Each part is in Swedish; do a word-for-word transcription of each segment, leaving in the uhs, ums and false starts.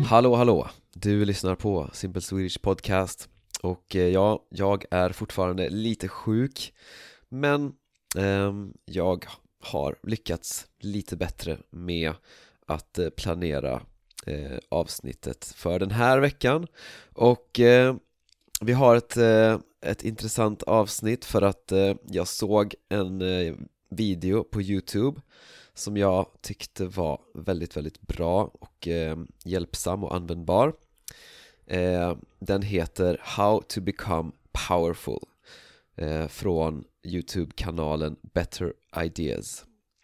Hallå, hallå! Du lyssnar på Simple Swedish Podcast. Och eh, ja, jag är fortfarande lite sjuk. Men ehm, jag har lyckats lite bättre med att eh, planera eh, avsnittet för den här veckan. Och eh, vi har ett, eh, ett intressant avsnitt för att eh, jag såg en eh, video på YouTube som jag tyckte var väldigt, väldigt bra och eh, hjälpsam och användbar. eh, Den heter How to become powerful eh, från YouTube-kanalen Better Ideas.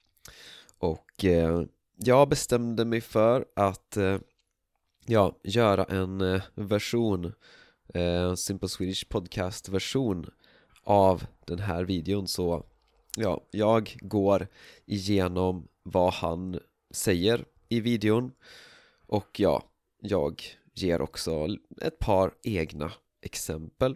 Och eh, jag bestämde mig för att eh, ja, göra en eh, version eh, Simple Swedish Podcast-version av den här videon. Så ja, jag går igenom vad han säger i videon. Och ja, jag ger också ett par egna exempel.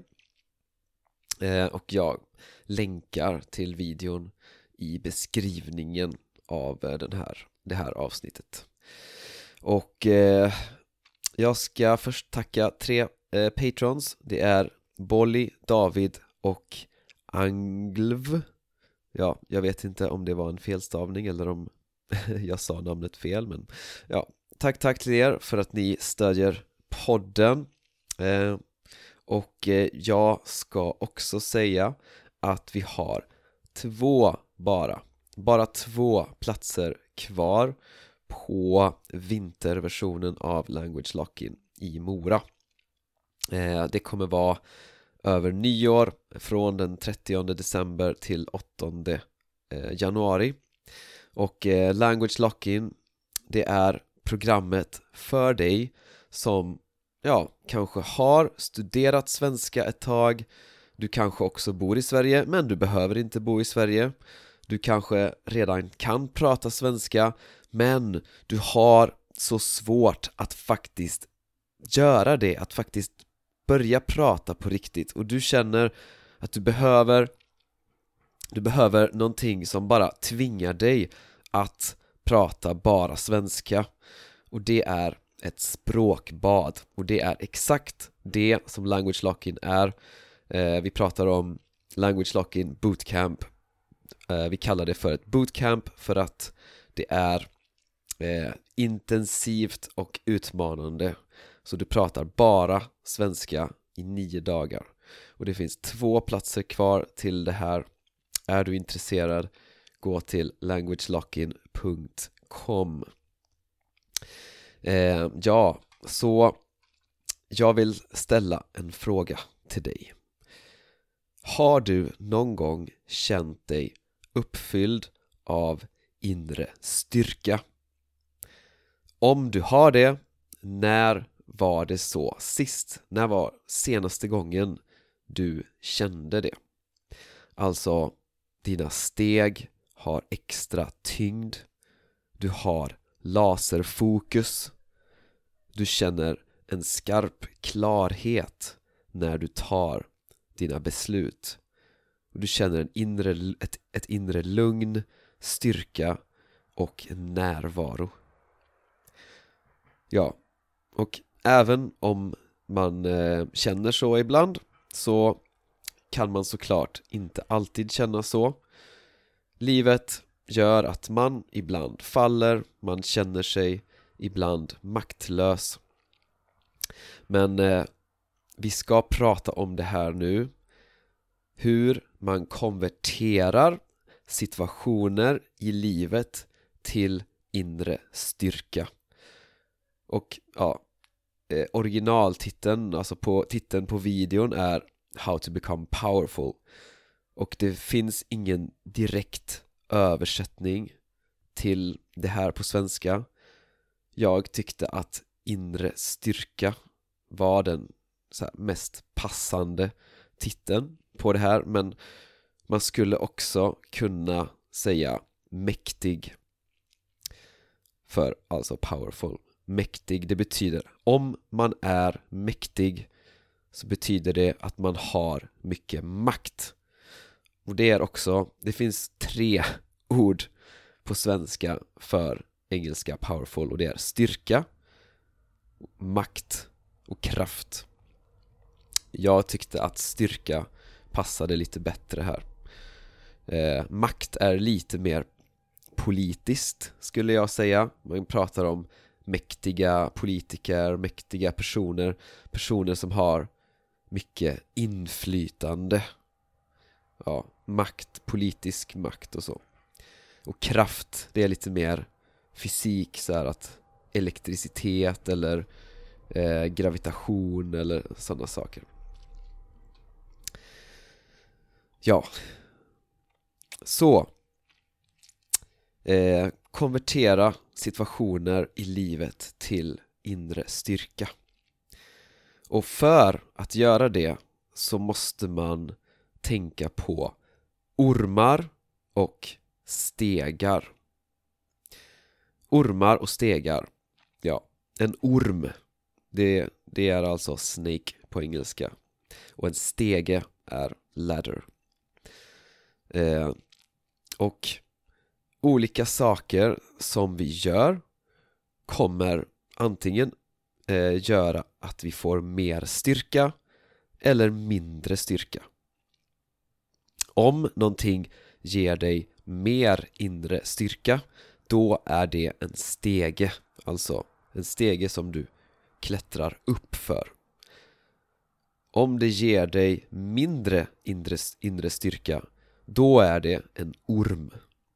eh, Och jag länkar till videon i beskrivningen av eh, den här, det här avsnittet. Och eh, jag ska först tacka tre eh, patrons. Det är Bolly, David och Anglv. Ja, jag vet inte om det var en felstavning eller om jag sa namnet fel, men ja, tack tack till er för att ni stödjer podden. eh, Och eh, jag ska också säga att vi har två bara Bara två platser kvar på vinterversionen av Language Lock-in i Mora. eh, Det kommer vara över nyår från den trettionde december till åttonde januari. Och eh, Language Lock-in, det är programmet för dig som ja, kanske har studerat svenska ett tag. Du kanske också bor i Sverige, men du behöver inte bo i Sverige. Du kanske redan kan prata svenska, men du har så svårt att faktiskt göra det, att faktiskt börja prata på riktigt. Och du känner att du behöver Du behöver någonting som bara tvingar dig att prata bara svenska. Och det är ett språkbad. Och det är exakt det som Language Lock-in är. eh, Vi pratar om Language Lock-in Bootcamp. eh, Vi kallar det för ett bootcamp för att det är eh, intensivt och utmanande. Så du pratar bara svenska i nio dagar. Och det finns två platser kvar till det här. Är du intresserad, gå till languagelockin punkt com. eh, Ja, så jag vill ställa en fråga till dig. Har du någon gång känt dig uppfylld av inre styrka? Om du har det, när var det så sist? När var senaste gången du kände det? Alltså, dina steg har extra tyngd. Du har laserfokus. Du känner en skarp klarhet när du tar dina beslut. Du känner en inre, ett, ett inre lugn, styrka och närvaro. Ja, och även om man eh, känner så ibland, så kan man såklart inte alltid känna så. Livet gör att man ibland faller, man känner sig ibland maktlös. Men eh, vi ska prata om det här nu. Hur man konverterar situationer i livet till inre styrka. Och ja, eh, originaltiteln, alltså på titeln på videon är How to become powerful. Och det finns ingen direkt översättning till det här på svenska. Jag tyckte att inre styrka var den så här mest passande titeln på det här. Men man skulle också kunna säga mäktig för alltså powerful. Mäktig, det betyder om man är mäktig så betyder det att man har mycket makt. Och det är också, det finns tre ord på svenska för engelska powerful, och det är styrka, makt och kraft. Jag tyckte att styrka passade lite bättre här. Eh, makt är lite mer politiskt, skulle jag säga. Man pratar om mäktiga politiker, mäktiga personer, personer som har mycket inflytande. Ja, makt, politisk makt och så. Och kraft, det är lite mer fysik, så här att elektricitet eller eh, gravitation eller sådana saker. Ja. Så eh, konvertera situationer i livet till inre styrka. Och för att göra det så måste man tänka på ormar och stegar. Ormar och stegar. Ja, en orm, det, det är alltså snake på engelska. Och en stege är ladder. Eh, och olika saker som vi gör kommer antingen eh, göra att vi får mer styrka eller mindre styrka. Om någonting ger dig mer inre styrka, då är det en stege, alltså en stege som du klättrar upp för. Om det ger dig mindre inre, inre styrka, då är det en orm.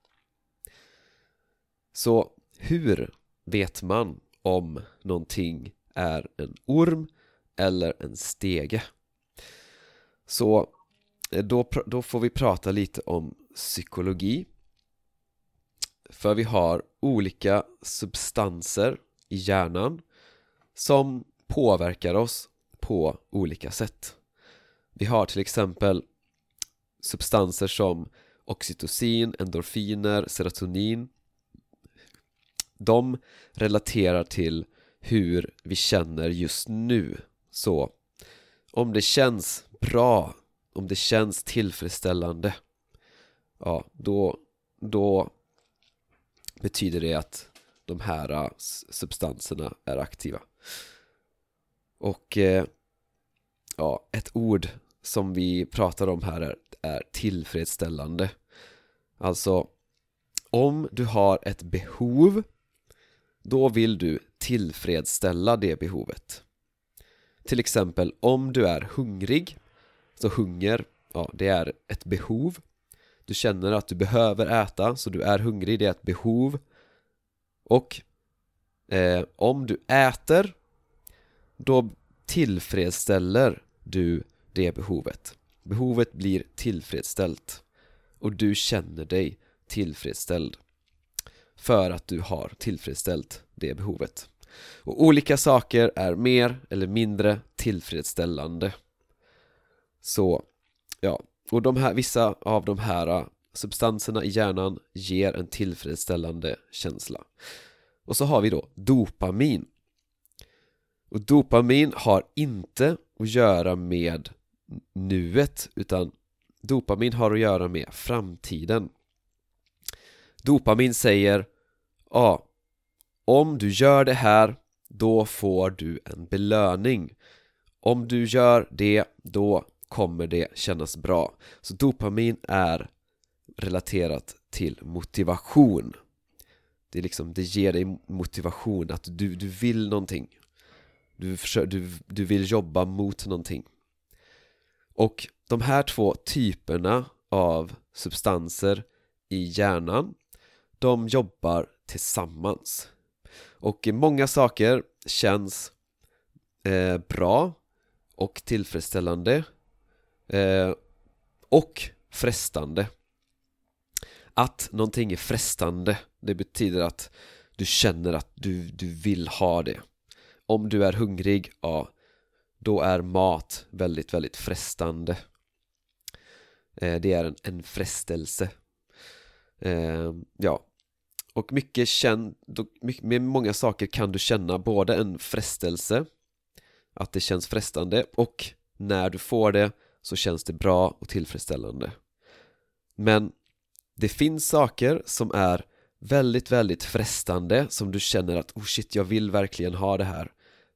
Så hur vet man om någonting är en orm eller en stege? Så då, då får vi prata lite om psykologi. För vi har olika substanser i hjärnan som påverkar oss på olika sätt. Vi har till exempel substanser som oxytocin, endorfiner, serotonin. De relaterar till hur vi känner just nu. Så om det känns bra, om det känns tillfredsställande, ja, då, då betyder det att de här substanserna är aktiva. Och eh, ja, ett ord som vi pratar om här är, är tillfredsställande. Alltså, om du har ett behov, då vill du tillfredsställa det behovet. Till exempel om du är hungrig, så hunger, ja, det är ett behov. Du känner att du behöver äta, så du är hungrig, det är ett behov. Och eh, om du äter, då tillfredsställer du det behovet. Behovet blir tillfredsställt och du känner dig tillfredsställd för att du har tillfredsställt det behovet. Och olika saker är mer eller mindre tillfredsställande. Så ja, och de här, vissa av de här substanserna i hjärnan ger en tillfredsställande känsla. Och så har vi då dopamin. Och dopamin har inte att göra med nuet, utan dopamin har att göra med framtiden. Dopamin säger, ja, om du gör det här, då får du en belöning. Om du gör det, då kommer det kännas bra. Så dopamin är relaterat till motivation. Det är liksom, det ger dig motivation att du, du vill någonting. Du, du, du vill jobba mot någonting. Och de här två typerna av substanser i hjärnan, de jobbar tillsammans. Och många saker känns eh, bra och tillfredsställande eh, och frestande. Att någonting är frestande, det betyder att du känner att du, du vill ha det. Om du är hungrig, ja, då är mat väldigt, väldigt frestande. Eh, det är en, en frestelse. Eh, ja. Och mycket känn, mycket, med många saker kan du känna både en frestelse, att det känns frestande, och när du får det så känns det bra och tillfredsställande. Men det finns saker som är väldigt, väldigt frestande, som du känner att oh shit, jag vill verkligen ha det här,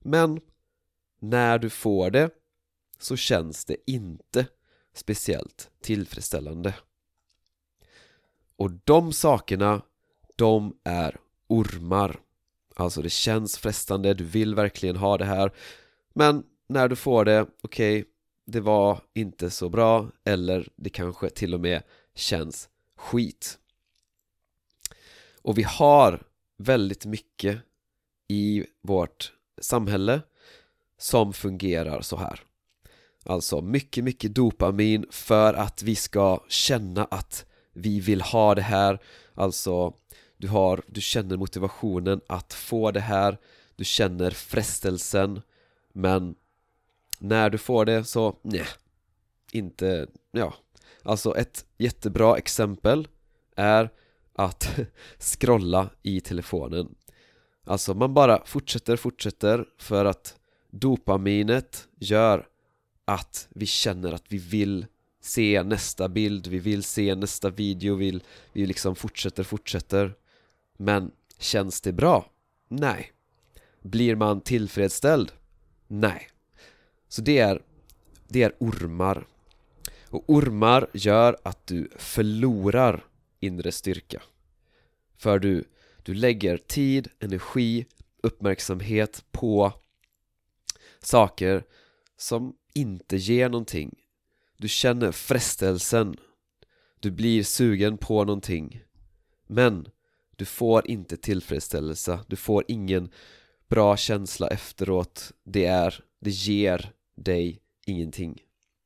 Men när du får det så känns det inte speciellt tillfredsställande. Och de sakerna, de är ormar. Alltså det känns frestande, du vill verkligen ha det här. Men när du får det, okej, okay, det var inte så bra. Eller det kanske till och med känns skit. Och vi har väldigt mycket i vårt samhälle som fungerar så här. Alltså mycket, mycket dopamin för att vi ska känna att vi vill ha det här. Alltså du, har, du känner motivationen att få det här. Du känner frestelsen. Men när du får det så nej, inte, ja. Alltså ett jättebra exempel är att scrolla i telefonen. Alltså man bara fortsätter, fortsätter för att dopaminet gör att vi känner att vi vill se nästa bild, vi vill se nästa video, vi, vi liksom fortsätter, fortsätter. Men känns det bra? Nej. Blir man tillfredsställd? Nej. Så det är, det är ormar. Och ormar gör att du förlorar inre styrka. För du, du lägger tid, energi, uppmärksamhet på saker som inte ger någonting. Du känner frestelsen. Du blir sugen på någonting. Men du får inte tillfredsställelse. Du får ingen bra känsla efteråt. Det är, det ger dig ingenting.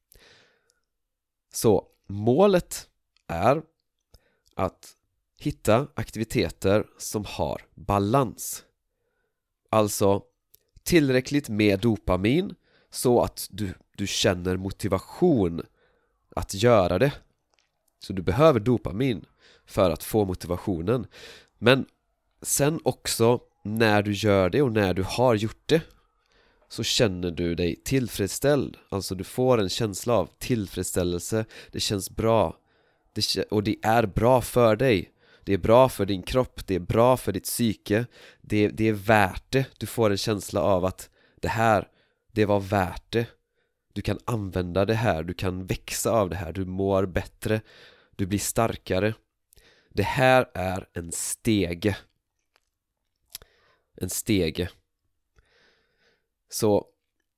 Så målet är att hitta aktiviteter som har balans. Alltså tillräckligt med dopamin så att du, du känner motivation att göra det. Så du behöver dopamin för att få motivationen. Men sen också när du gör det och när du har gjort det så känner du dig tillfredsställd. Alltså du får en känsla av tillfredsställelse. Det känns bra. Det, och det är bra för dig. Det är bra för din kropp. Det är bra för ditt psyke. Det, det är värt det. Du får en känsla av att det här, det var värt det. Du kan använda det här. Du kan växa av det här. Du mår bättre. Du blir starkare. Det här är en stege. En stege. Så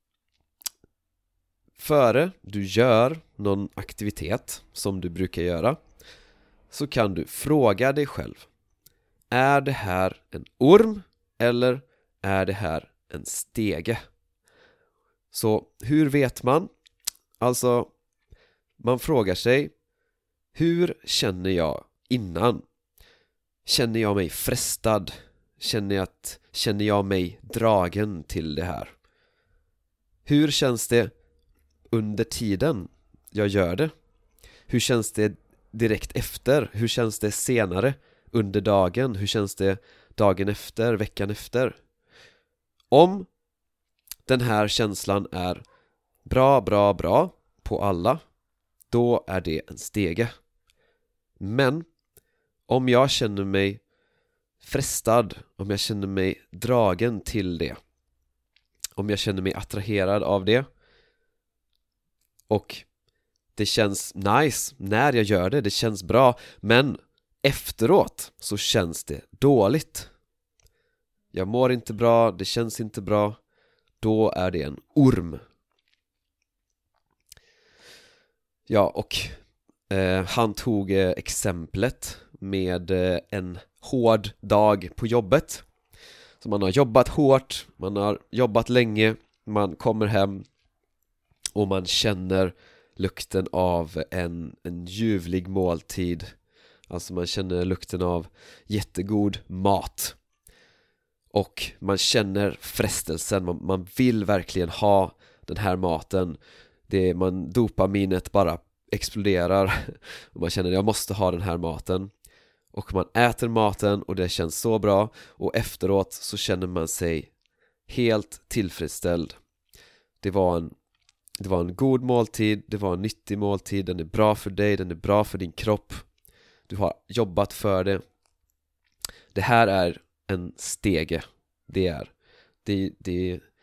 före du gör någon aktivitet som du brukar göra så kan du fråga dig själv: är det här en orm eller är det här en stege? Så hur vet man? Alltså man frågar sig: hur känner jag innan? Känner jag mig frestad? Känner jag, att, känner jag mig dragen till det här? Hur känns det under tiden jag gör det? Hur känns det direkt efter? Hur känns det senare under dagen? Hur känns det dagen efter, veckan efter? Om den här känslan är bra, bra, bra på alla, då är det en stege. Men om jag känner mig frestad, om jag känner mig dragen till det, om jag känner mig attraherad av det och det känns nice när jag gör det, det känns bra, men efteråt så känns det dåligt. Jag mår inte bra, det känns inte bra, då är det en orm. Ja, och eh, han tog eh, exemplet med eh, en hård dag på jobbet. Så man har jobbat hårt, man har jobbat länge, man kommer hem och man känner lukten av en, en ljuvlig måltid. Alltså man känner lukten av jättegod mat. Och man känner frestelsen, man, man vill verkligen ha den här maten. Det, man, dopaminet bara exploderar och man känner att jag måste ha den här maten. Och man äter maten och det känns så bra. Och efteråt så känner man sig helt tillfredsställd. Det var en, det var en god måltid, det var en nyttig måltid. Den är bra för dig, den är bra för din kropp. Du har jobbat för det. Det här är en stege. Det är det, det,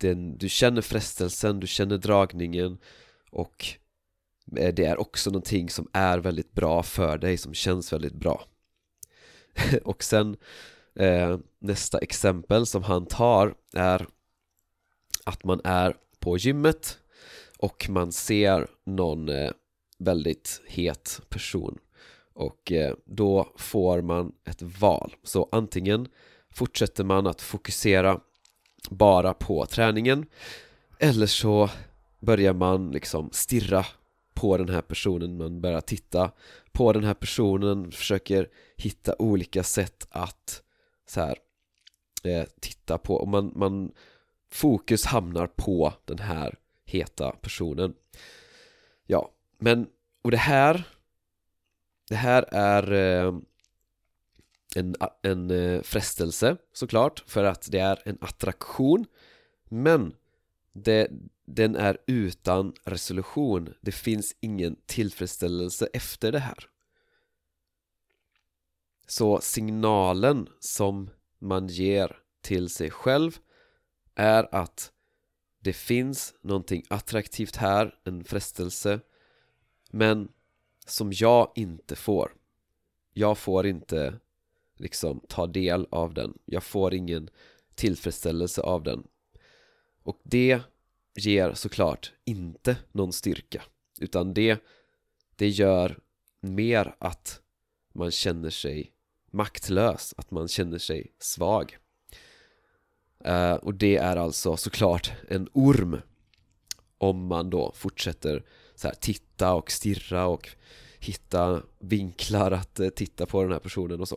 den, du känner frestelsen, du känner dragningen, och det är också någonting som är väldigt bra för dig, som känns väldigt bra. Och sen eh, nästa exempel som han tar är att man är på gymmet och man ser någon eh, väldigt het person, och eh, då får man ett val. Så antingen fortsätter man att fokusera bara på träningen, eller så börjar man liksom stirra på den här personen. Man börjar titta på den här personen, försöker hitta olika sätt att så här, eh, titta på, och man, man fokus hamnar på den här heta personen. Ja, men och det här det här är eh, en, en eh, frestelse såklart, för att det är en attraktion, men det, den är utan resolution. Det finns ingen tillfredsställelse efter det här. Så signalen som man ger till sig själv är att det finns någonting attraktivt här, en frestelse, men som jag inte får. Jag får inte liksom ta del av den. Jag får ingen tillfredsställelse av den. Och det ger såklart inte någon styrka, utan det, det gör mer att man känner sig maktlös, att man känner sig svag. Uh, och det är alltså såklart en orm om man då fortsätter så här, titta och stirra och hitta vinklar att uh, titta på den här personen och så.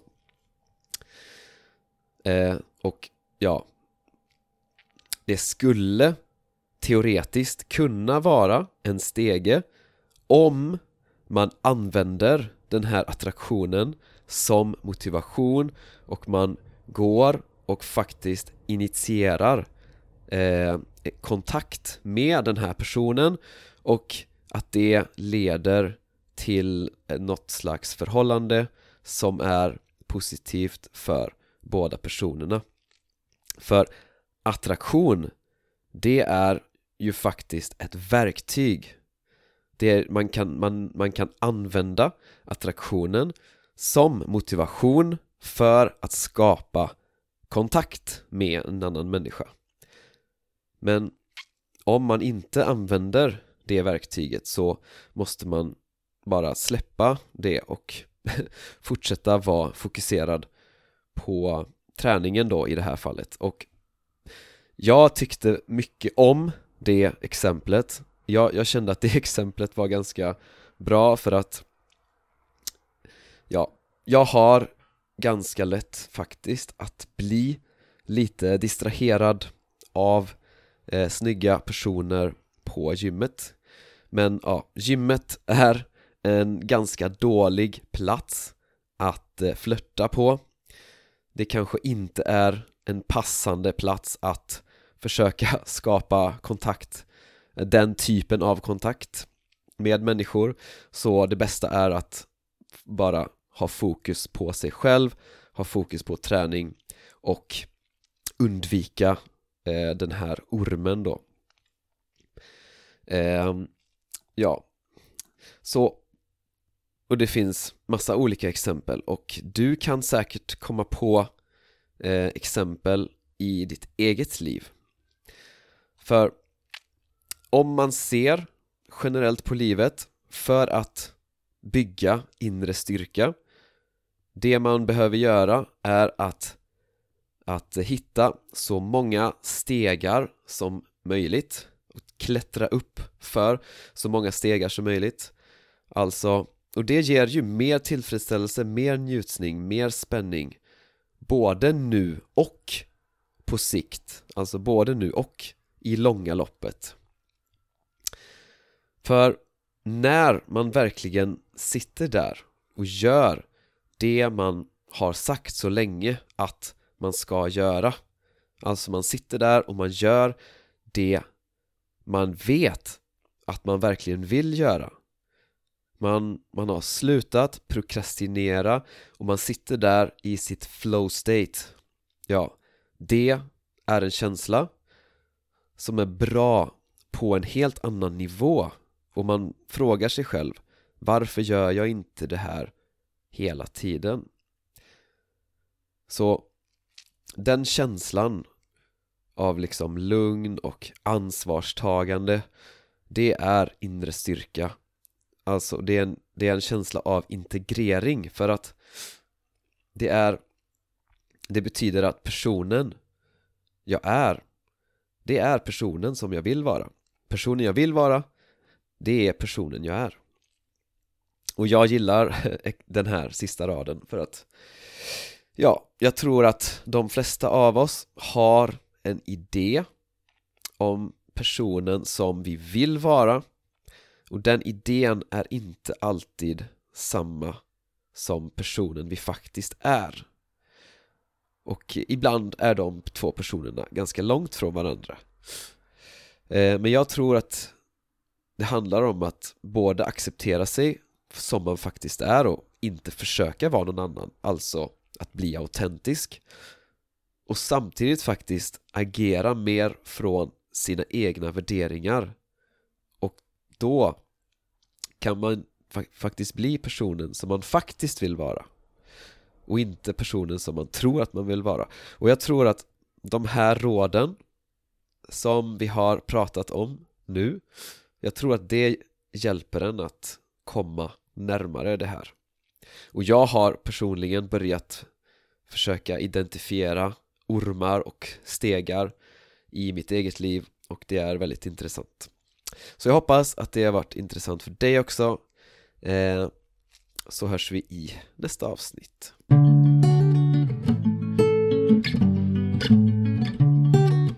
Uh, och ja, det skulle teoretiskt kunna vara en stege om man använder den här attraktionen som motivation, och man går och faktiskt initierar eh, kontakt med den här personen, och att det leder till något slags förhållande som är positivt för båda personerna. För attraktion, det är ju faktiskt ett verktyg. Det är, man, kan, man, man kan använda attraktionen som motivation för att skapa kontakt med en annan människa. Men om man inte använder det verktyget, så måste man bara släppa det och fortsätta vara fokuserad på träningen då i det här fallet. Och jag tyckte mycket om det exemplet. Jag, jag kände att det exemplet var ganska bra, för att ja, jag har ganska lätt faktiskt att bli lite distraherad av eh, snygga personer på gymmet. Men ja, gymmet är en ganska dålig plats att eh, flirta på. Det kanske inte är en passande plats att försöka skapa kontakt, den typen av kontakt med människor. Så det bästa är att bara ha fokus på sig själv, ha fokus på träning och undvika eh, den här ormen då. Eh, ja, så och det finns massa olika exempel, och du kan säkert komma på eh, exempel i ditt eget liv. För om man ser generellt på livet, för att bygga inre styrka, det man behöver göra är att, att hitta så många stegar som möjligt och klättra upp för så många stegar som möjligt. Alltså, och det ger ju mer tillfredsställelse, mer njutning, mer spänning, både nu och på sikt. Alltså både nu och i långa loppet. För när man verkligen sitter där och gör det man har sagt så länge att man ska göra, alltså man sitter där och man gör det man vet att man verkligen vill göra, man, man har slutat prokrastinera och man sitter där i sitt flow state, ja, det är en känsla som är bra på en helt annan nivå, och man frågar sig själv, varför gör jag inte det här hela tiden? Så den känslan av liksom lugn och ansvarstagande, det är inre styrka. Alltså det är en, det är en känsla av integrering, för att det är det betyder att personen jag är, det är personen som jag vill vara. Personen jag vill vara, det är personen jag är. Och jag gillar den här sista raden för att ja, jag tror att de flesta av oss har en idé om personen som vi vill vara, och den idén är inte alltid samma som personen vi faktiskt är. Och ibland är de två personerna ganska långt från varandra. eh, Men jag tror att det handlar om att både acceptera sig som man faktiskt är och inte försöka vara någon annan, alltså att bli autentisk, och samtidigt faktiskt agera mer från sina egna värderingar. Och då kan man fa- faktiskt bli personen som man faktiskt vill vara, och inte personen som man tror att man vill vara. Och jag tror att de här råden som vi har pratat om nu, jag tror att det hjälper en att komma närmare det här. Och jag har personligen börjat försöka identifiera ormar och stegar i mitt eget liv, och det är väldigt intressant. Så jag hoppas att det har varit intressant för dig också. eh, Så hörs vi i nästa avsnitt.